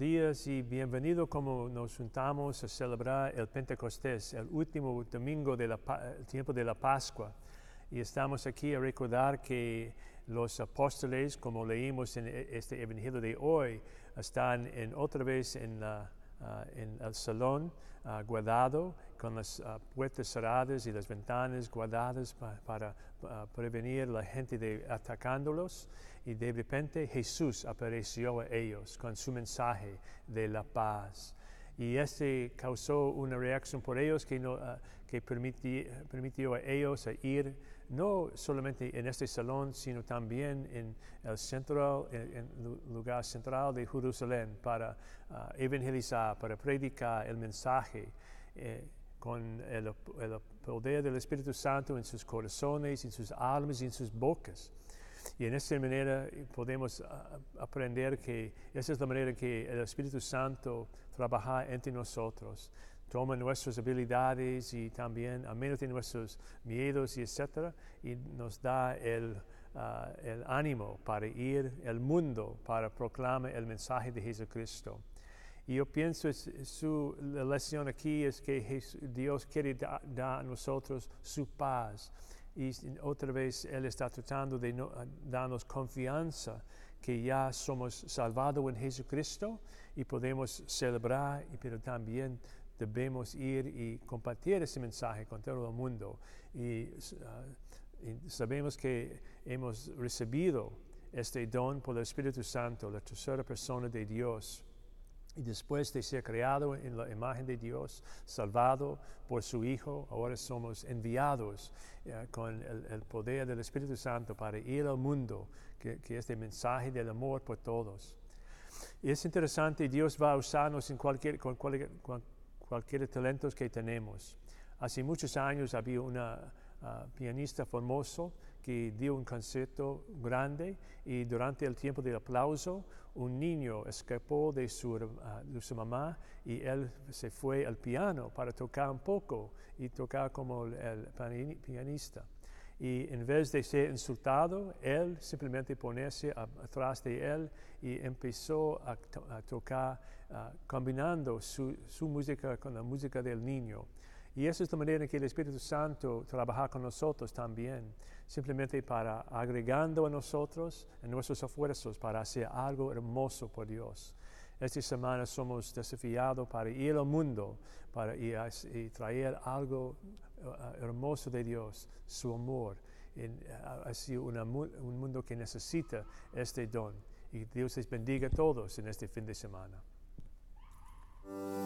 días y bienvenido como nos juntamos a celebrar el Pentecostés, el último domingo del tiempo de la Pascua. Y estamos aquí a recordar que los apóstoles, como leímos en este evangelio de hoy, están otra vez en el salón guardado, con las puertas cerradas y las ventanas guardadas para prevenir la gente de atacándolos. Y de repente Jesús apareció a ellos con su mensaje de la paz. Y causó una reacción por ellos que permitió a ellos ir no solamente en este salón, sino también en el lugar central de Jerusalén para evangelizar, para predicar el mensaje con el poder del Espíritu Santo en sus corazones, en sus almas y en sus bocas. Y en esta manera podemos aprender que esa es la manera que el Espíritu Santo trabaja entre nosotros. Toma nuestras habilidades y también amenaza nuestros miedos y etcétera, y nos da el ánimo para ir al mundo para proclamar el mensaje de Jesucristo. Y yo pienso la lección aquí es que Dios quiere dar a nosotros su paz. Y otra vez Él está tratando de darnos confianza que ya somos salvados en Jesucristo y podemos celebrar, pero también debemos ir y compartir ese mensaje con todo el mundo. Y sabemos que hemos recibido este don por el Espíritu Santo, la tercera persona de Dios. Y después de ser creado en la imagen de Dios, salvado por su Hijo, ahora somos enviados con el poder del Espíritu Santo para ir al mundo, que es el mensaje del amor por todos. Y es interesante, Dios va a usarnos con cualquier talento que tenemos. Hace muchos años había una pianista famoso que dio un concierto grande y durante el tiempo del aplauso un niño escapó de su mamá y él se fue al piano para tocar un poco y tocar como el pianista. Y en vez de ser insultado, él simplemente ponerse atrás de él y empezó a tocar combinando su música con la música del niño. Y esa es la manera en que el Espíritu Santo trabaja con nosotros también, simplemente para agregando a nosotros, en nuestros esfuerzos, para hacer algo hermoso por Dios. Esta semana somos desafiados para ir al mundo, y traer algo hermoso de Dios, su amor, hacia un mundo que necesita este don. Y Dios les bendiga a todos en este fin de semana.